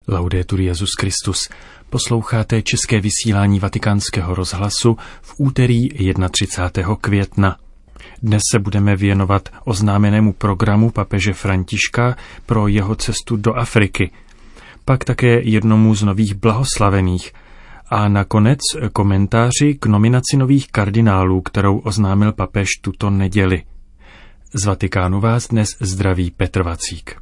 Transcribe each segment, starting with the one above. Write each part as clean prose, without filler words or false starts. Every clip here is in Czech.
Laudetur Jesus Christus. Posloucháte české vysílání Vatikánského rozhlasu v úterý 31. května. Dnes se budeme věnovat oznámenému programu papeže Františka pro jeho cestu do Afriky, pak také jednomu z nových blahoslavených a nakonec komentáři k nominaci nových kardinálů, kterou oznámil papež tuto neděli. Z Vatikánu vás dnes zdraví Petr Vacík.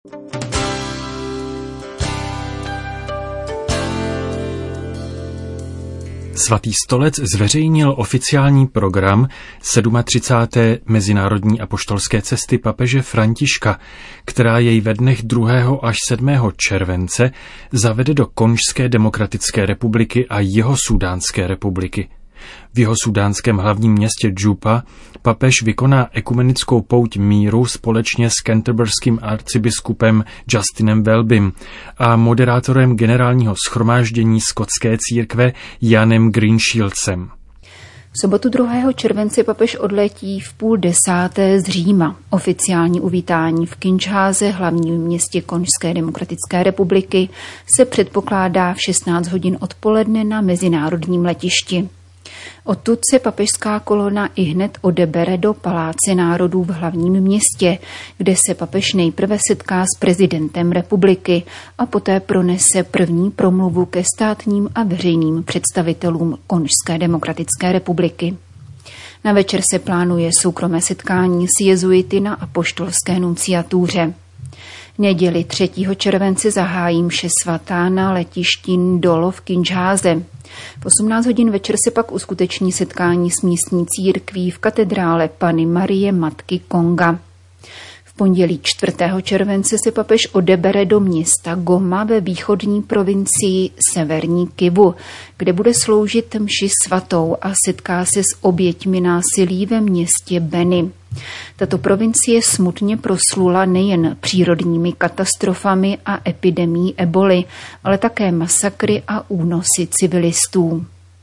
Svatý stolec zveřejnil oficiální program 37. mezinárodní apoštolské cesty papeže Františka, která jej ve dnech 2. až 7. července zavede do Konžské demokratické republiky a Jihosudánské republiky. V jihosudánském hlavním městě Džupa papež vykoná ekumenickou pouť míru společně s canterburským arcibiskupem Justinem Welbym a moderátorem generálního shromáždění skotské církve Janem Greenshieldcem. V sobotu 2. července papež odletí v 9:30 z Říma. Oficiální uvítání v Kinsháze, hlavním městě Konžské demokratické republiky, se předpokládá v 16 hodin odpoledne na mezinárodním letišti. Odtud se papežská kolona ihned odebere do Paláce národů v hlavním městě, kde se papež nejprve setká s prezidentem republiky a poté pronese první promluvu ke státním a veřejným představitelům Konžské demokratické republiky. Na večer se plánuje soukromé setkání s jezuity na apoštolské nunciatuře. Neděli 3. července zahájí mše svatá na letišti Ndolo v Kinsháze. V 18 hodin večer se pak uskuteční setkání s místní církví v katedrále Panny Marie Matky Konga. V pondělí 4. července se papež odebere do města Goma ve východní provincii Severní Kivu, kde bude sloužit mši svatou a setká se s oběťmi násilí ve městě Beni. Tato provincie smutně proslula nejen přírodními katastrofami a epidemií eboli, ale také masakry a únosy civilistů.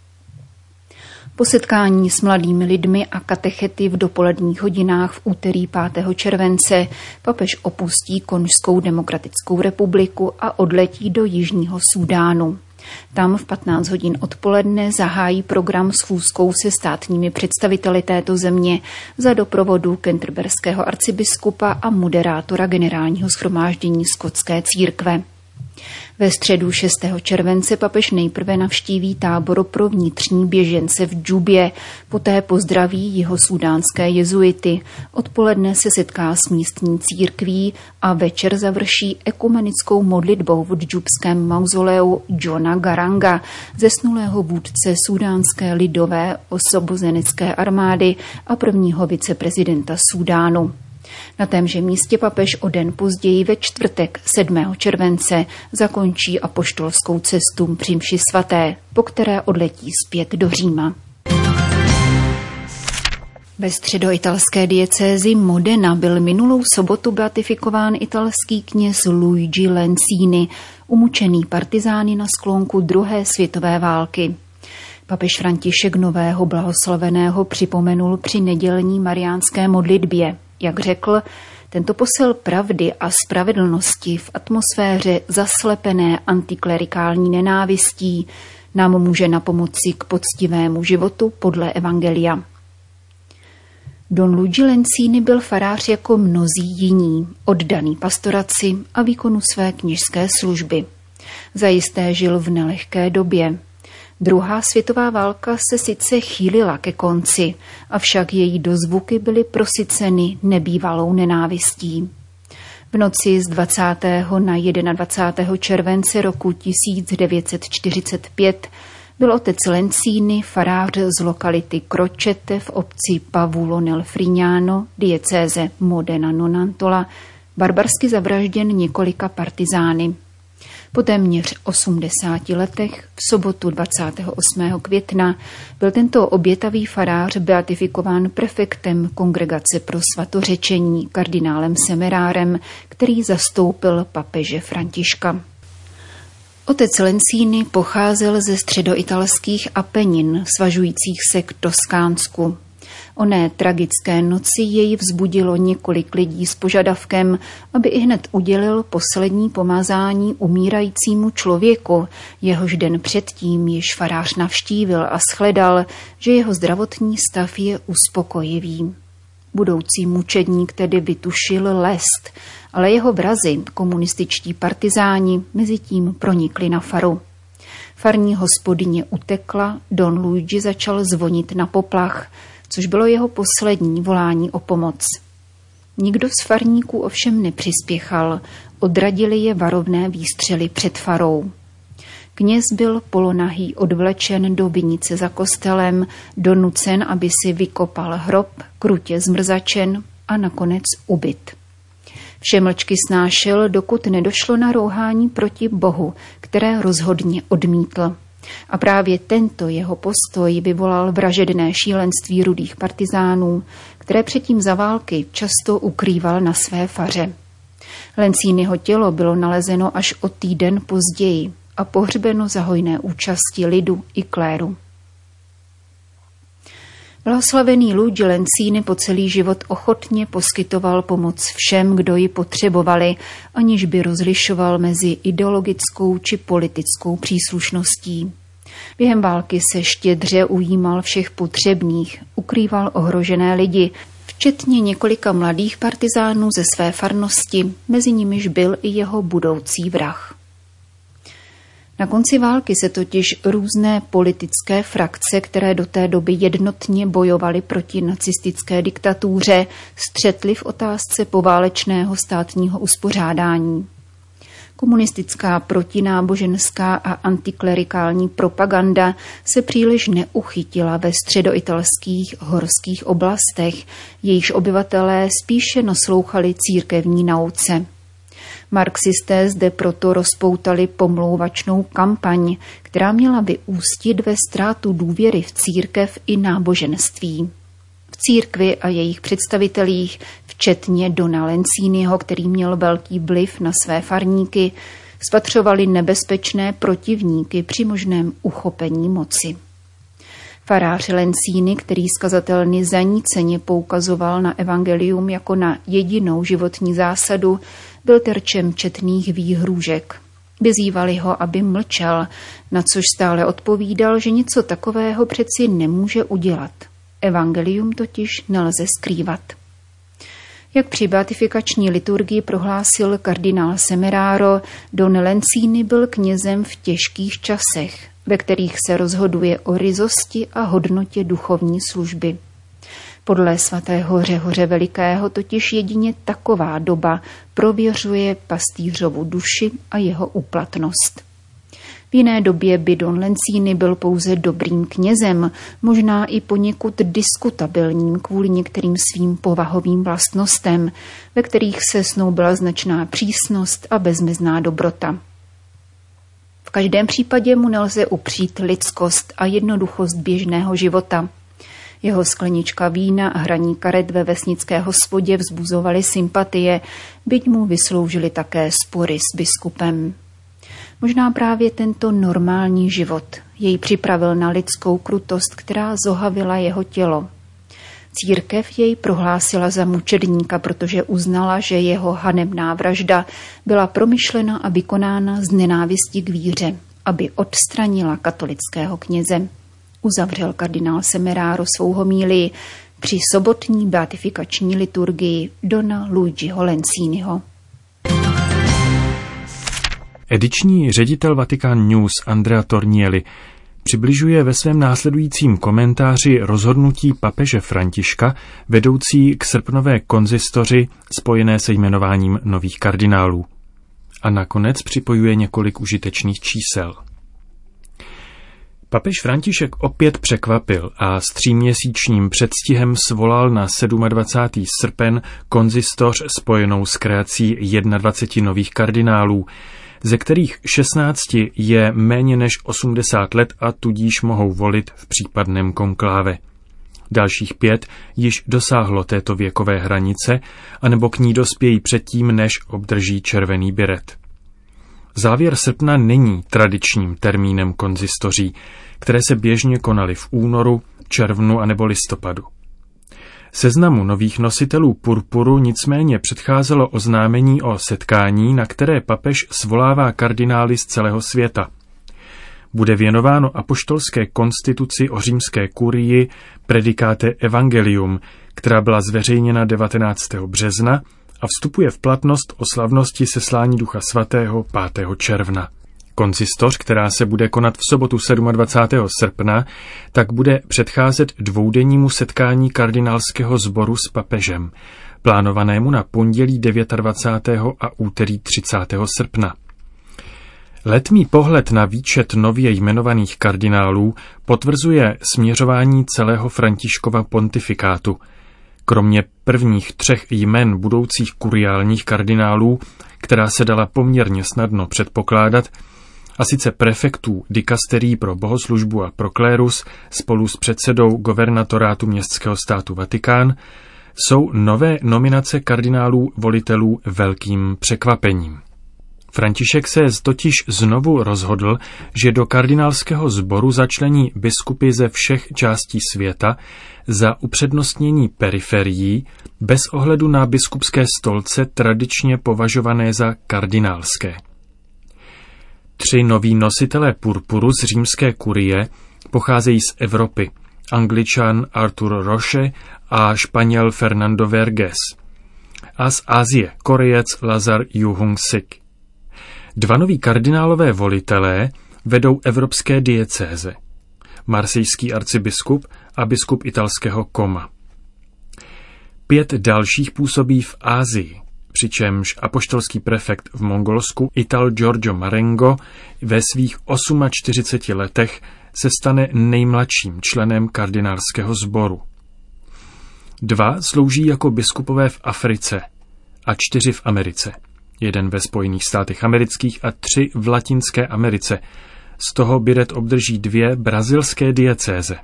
Po setkání s mladými lidmi a katechety v dopoledních hodinách v úterý 5. července papež opustí Konžskou demokratickou republiku a odletí do Jižního Súdánu. Tam v 15 hodin odpoledne zahájí program schůzkou se státními představiteli této země za doprovodu canterburského arcibiskupa a moderátora generálního shromáždění skotské církve. Ve středu 6. července papež nejprve navštíví tábor pro vnitřní běžence v Džubě, poté pozdraví jihosudánské jezuity, odpoledne se setká s místní církví a večer završí ekumenickou modlitbou v džubském mauzoleu Johna Garanga, zesnulého vůdce sudánské lidové osvobozenecké armády a prvního viceprezidenta Súdánu. Na témže místě papež o den později ve čtvrtek 7. července zakončí apoštolskou cestu při mši svaté, po které odletí zpět do Říma. Ve středoitalské diecézi Modena byl minulou sobotu beatifikován italský kněz Luigi Lencini, umučený partizány na sklonku druhé světové války. Papež František nového blahoslaveného připomenul při nedělní mariánské modlitbě. Jak řekl, tento posel pravdy a spravedlnosti v atmosféře zaslepené antiklerikální nenávistí nám může napomoci k poctivému životu podle evangelia. Don Luigi Lencini byl farář jako mnozí jiní, oddaný pastoraci a výkonu své kněžské služby. Zajisté žil v nelehké době. Druhá světová válka se sice chýlila ke konci, avšak její dozvuky byly prosyceny nebývalou nenávistí. V noci z 20. na 21. července roku 1945 byl otec Lencini, farář z lokality Crocette v obci Pavulo nel Frignano, diecéze Modena Nonantola, barbarsky zavražděn několika partizány. Po téměř 80 letech v sobotu 28. května byl tento obětavý farář beatifikován prefektem Kongregace pro svatořečení kardinálem Semerárem, který zastoupil papeže Františka. Otec Lencini pocházel ze středoitalských Apenin, svažujících se k Toskánsku. Oné tragické noci jej vzbudilo několik lidí s požadavkem, aby ihned udělil poslední pomazání umírajícímu člověku, jehož den předtím již farář navštívil a shledal, že jeho zdravotní stav je uspokojivý. Budoucí mučedník tedy vytušil lest, ale jeho vrazi, komunističtí partizáni, mezitím pronikli na faru. Farní hospodyně utekla, Don Luigi začal zvonit na poplach, což bylo jeho poslední volání o pomoc. Nikdo z farníků ovšem nepřispěchal, odradili je varovné výstřely před farou. Kněz byl polonahý odvlečen do vinice za kostelem, donucen, aby si vykopal hrob, krutě zmrzačen a nakonec ubyt. Vše mlčky snášel, dokud nedošlo na rouhání proti Bohu, které rozhodně odmítl. A právě tento jeho postoj vyvolal vražedné šílenství rudých partizánů, které předtím za války často ukrýval na své faře. Lencínyho tělo bylo nalezeno až o týden později a pohřbeno za hojné účasti lidu i kléru. Blahoslavený Luigi Lencini po celý život ochotně poskytoval pomoc všem, kdo ji potřebovali, aniž by rozlišoval mezi ideologickou či politickou příslušností. Během války se štědře ujímal všech potřebných, ukrýval ohrožené lidi, včetně několika mladých partizánů ze své farnosti, mezi nimiž byl i jeho budoucí vrah. Na konci války se totiž různé politické frakce, které do té doby jednotně bojovaly proti nacistické diktatuře, střetly v otázce poválečného státního uspořádání. Komunistická protináboženská a antiklerikální propaganda se příliš neuchytila ve středoitalských horských oblastech, jejichž obyvatelé spíše naslouchali církevní nauce. Marxisté zde proto rozpoutali pomlouvačnou kampaň, která měla vyústit ve ztrátu důvěry v církev i náboženství. V církvi a jejich představitelích, včetně Dona Lenciniho, který měl velký vliv na své farníky, spatřovali nebezpečné protivníky při možném uchopení moci. Farář Lencini, který skazatelny zaníceně poukazoval na evangelium jako na jedinou životní zásadu, byl terčem četných výhrůžek. Vyzývali ho, aby mlčel, na což stále odpovídal, že něco takového přeci nemůže udělat. Evangelium totiž nelze skrývat. Jak při beatifikační liturgii prohlásil kardinál Semeraro, Don Lencini byl knězem v těžkých časech, ve kterých se rozhoduje o ryzosti a hodnotě duchovní služby. Podle svatého Řehoře Velikého totiž jedině taková doba prověřuje pastýřovu duši a jeho úplatnost. V jiné době by Don Lencini byl pouze dobrým knězem, možná i poněkud diskutabilním kvůli některým svým povahovým vlastnostem, ve kterých se snoubila značná přísnost a bezmezná dobrota. V každém případě mu nelze upřít lidskost a jednoduchost běžného života. Jeho sklenička vína a hraní karet ve vesnické hospodě vzbuzovaly sympatie, byť mu vysloužily také spory s biskupem. Možná právě tento normální život jej připravil na lidskou krutost, která zohavila jeho tělo. Církev jej prohlásila za mučedníka, protože uznala, že jeho hanebná vražda byla promyšlena a vykonána z nenávisti k víře, aby odstranila katolického kněze. Uzavřel kardinál Semeraro svou homílii při sobotní beatifikační liturgii Dona Luigiho Lenciniho. Ediční ředitel Vatican News Andrea Tornielli přibližuje ve svém následujícím komentáři rozhodnutí papeže Františka vedoucí k srpnové konzistoři spojené se jmenováním nových kardinálů. A nakonec připojuje několik užitečných čísel. Papež František opět překvapil a s 3měsíčním předstihem svolal na 27. srpen konzistoř spojenou s kreací 21 nových kardinálů, ze kterých 16 je méně než 80 let a tudíž mohou volit v případném konkláve. Dalších 5 již dosáhlo této věkové hranice, anebo k ní dospějí předtím, než obdrží červený biret. Závěr srpna není tradičním termínem konzistoří, které se běžně konaly v únoru, červnu anebo listopadu. Seznamu nových nositelů purpuru nicméně předcházelo oznámení o setkání, na které papež svolává kardinály z celého světa. Bude věnováno apoštolské konstituci o římské kurii Predicate Evangelium, která byla zveřejněna 19. března a vstupuje v platnost o slavnosti seslání Ducha Svatého 5. června. Konzistoř, která se bude konat v sobotu 27. srpna, tak bude předcházet dvoudennímu setkání kardinálského sboru s papežem, plánovanému na pondělí 29. a úterý 30. srpna. Letmý pohled na výčet nově jmenovaných kardinálů potvrzuje směřování celého Františkova pontifikátu. Kromě prvních 3 jmen budoucích kuriálních kardinálů, která se dala poměrně snadno předpokládat, a sice prefektů dikasterií pro bohoslužbu a pro klérus spolu s předsedou governatorátu městského státu Vatikán, jsou nové nominace kardinálů volitelů velkým překvapením. František se totiž znovu rozhodl, že do kardinálského sboru začlení biskupy ze všech částí světa za upřednostnění periferií bez ohledu na biskupské stolce tradičně považované za kardinálské. 3 noví nositelé purpuru z římské kurie pocházejí z Evropy, Angličan Artur Roche a Španěl Fernando Verges, a z Asie Korejec Lazar Yu-Hung Sik. 2 noví kardinálové volitelé vedou evropské diecéze, marsejský arcibiskup a biskup italského Coma. 5 dalších působí v Asii, přičemž apoštolský prefekt v Mongolsku Ital Giorgio Marengo ve svých 48 letech se stane nejmladším členem kardinálského sboru. 2 slouží jako biskupové v Africe a 4 v Americe. 1 ve Spojených státech amerických a 3 v Latinské Americe. Z toho Biret obdrží 2 brazilské diecéze.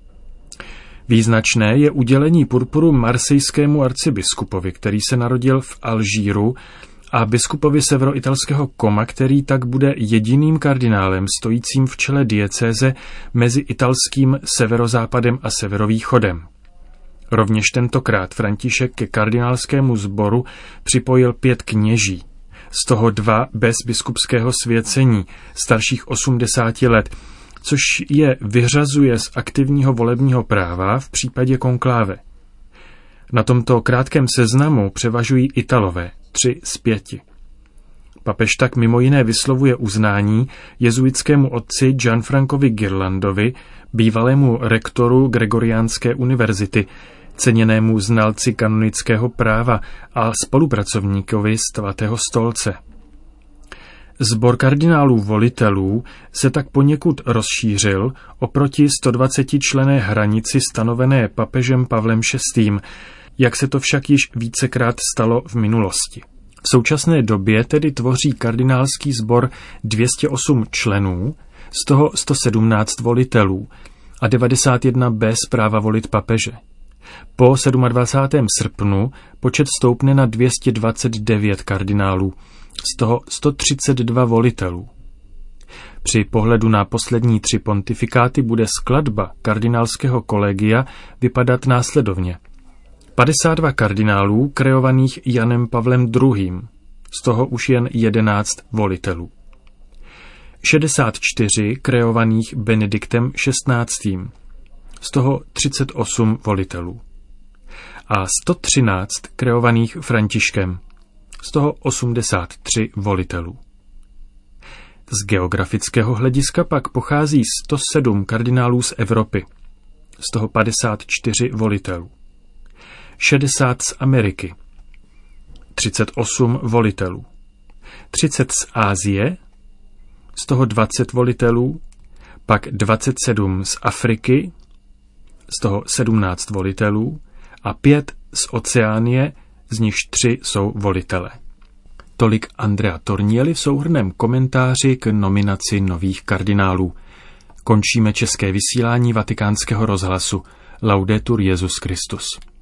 Význačné je udělení purpuru marsejskému arcibiskupovi, který se narodil v Alžíru, a biskupovi severoitalského Coma, který tak bude jediným kardinálem stojícím v čele diecéze mezi italským severozápadem a severovýchodem. Rovněž tentokrát František ke kardinálskému sboru připojil 5 kněží, z toho 2 bez biskupského svěcení, starších 80 let, což je vyřazuje z aktivního volebního práva v případě konkláve. Na tomto krátkém seznamu převažují Italové, 3 z 5. Papež tak mimo jiné vyslovuje uznání jezuitskému otci Gianfrancovi Ghirlandovi, bývalému rektoru Gregoriánské univerzity, ceněnému znalci kanonického práva a spolupracovníkovi Svatého stolce. Sbor kardinálů volitelů se tak poněkud rozšířil oproti 120členné hranici stanovené papežem Pavlem VI., jak se to však již vícekrát stalo v minulosti. V současné době tedy tvoří kardinálský sbor 208 členů, z toho 117 volitelů a 91 bez práva volit papeže. Po 27. srpnu počet stoupne na 229 kardinálů, z toho 132 volitelů. Při pohledu na poslední 3 pontifikáty bude skladba kardinálského kolegia vypadat následovně. 52 kardinálů kreovaných Janem Pavlem II., z toho už jen 11 volitelů. 64 kreovaných Benediktem XVI., z toho 38 volitelů. A 113 kreovaných Františkem, z toho 83 volitelů. Z geografického hlediska pak pochází 107 kardinálů z Evropy, z toho 54 volitelů. 60 z Ameriky, 38 volitelů. 30 z Asie, z toho 20 volitelů, pak 27 z Afriky, z toho 17 volitelů a 5 z Oceánie, z nichž 3 jsou volitelé. Tolik Andrea Tornielli v souhrnném komentáři k nominaci nových kardinálů. Končíme české vysílání Vatikánského rozhlasu. Laudetur Jesus Christus.